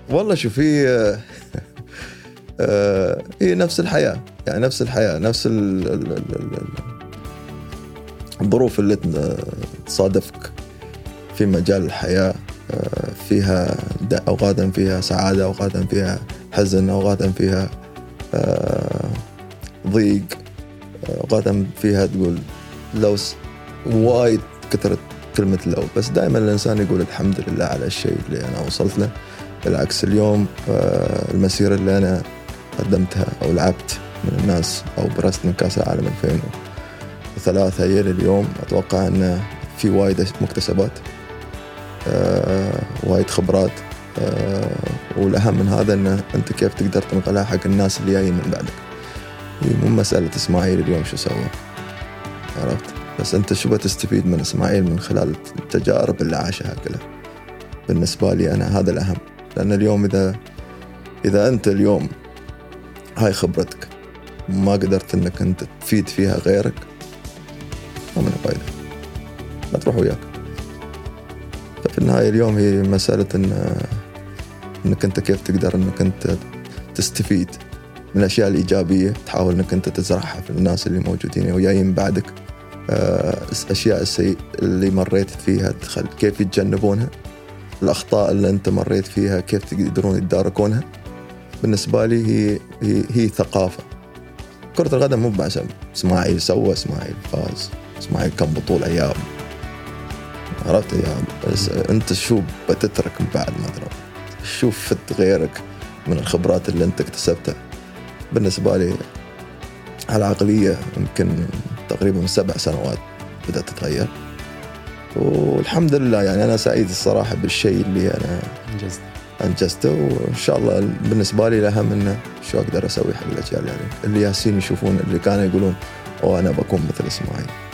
والله شوف هي نفس الحياة، يعني نفس الحياة، نفس الظروف اللي تصادفك في مجال الحياة. فيها أوقات فيها سعادة، أوقات فيها حزن، أوقات فيها ضيق، أوقات فيها تقول لو وايد كثرت كلمة لو، بس دائما الإنسان يقول الحمد لله على الشيء اللي أنا وصلت له. بالعكس اليوم المسيرة اللي أنا قدمتها أو لعبت من الناس أو برست من كأس العالم 2003 إلى اليوم، أتوقع أن في وايد مكتسبات، وايد خبرات، والأهم من هذا أن أنت كيف تقدر تنقلها حق الناس اللي جايين من بعدك. هي مو مسألة إسماعيل اليوم شو سوى، عرفت؟ بس أنت شو بتستفيد من إسماعيل من خلال التجارب اللي عاشها كلها. بالنسبة لي أنا هذا الأهم، لأن اليوم إذا أنت اليوم هاي خبرتك ما قدرت أنك أنت تفيد فيها غيرك، ما من فايدة، ما تروح وياك. ففي النهاية اليوم هي مسألة أنك أنت كيف تقدر أنك أنت تستفيد من الأشياء الإيجابية، تحاول أنك أنت تزرعها في الناس اللي موجودين وجايين بعدك. أشياء السيئة اللي مريت فيها كيف يتجنبونها، الأخطاء اللي أنت مريت فيها كيف تقدرون يتداركونها. بالنسبة لي هي ثقافة. كرة القدم مو بعشان إسماعيل سوى، إسماعيل فاز، إسماعيل كم بطولة أيام، عرفت يا بس أنت شو بتترك بعد ما تروح، شوف فت غيرك من الخبرات اللي أنت اكتسبتها. بالنسبة لي العقلية يمكن تقريبا 7 سنوات بدأت تتغير، والحمد لله يعني أنا سعيد الصراحة بالشيء اللي أنا أنجزته. وإن شاء الله بالنسبة لي الأهم إنه شو أقدر أسوي حق الأجيال يعني اللي ياسين يشوفون، اللي كانوا يقولون أنا بكون مثل إسماعيل.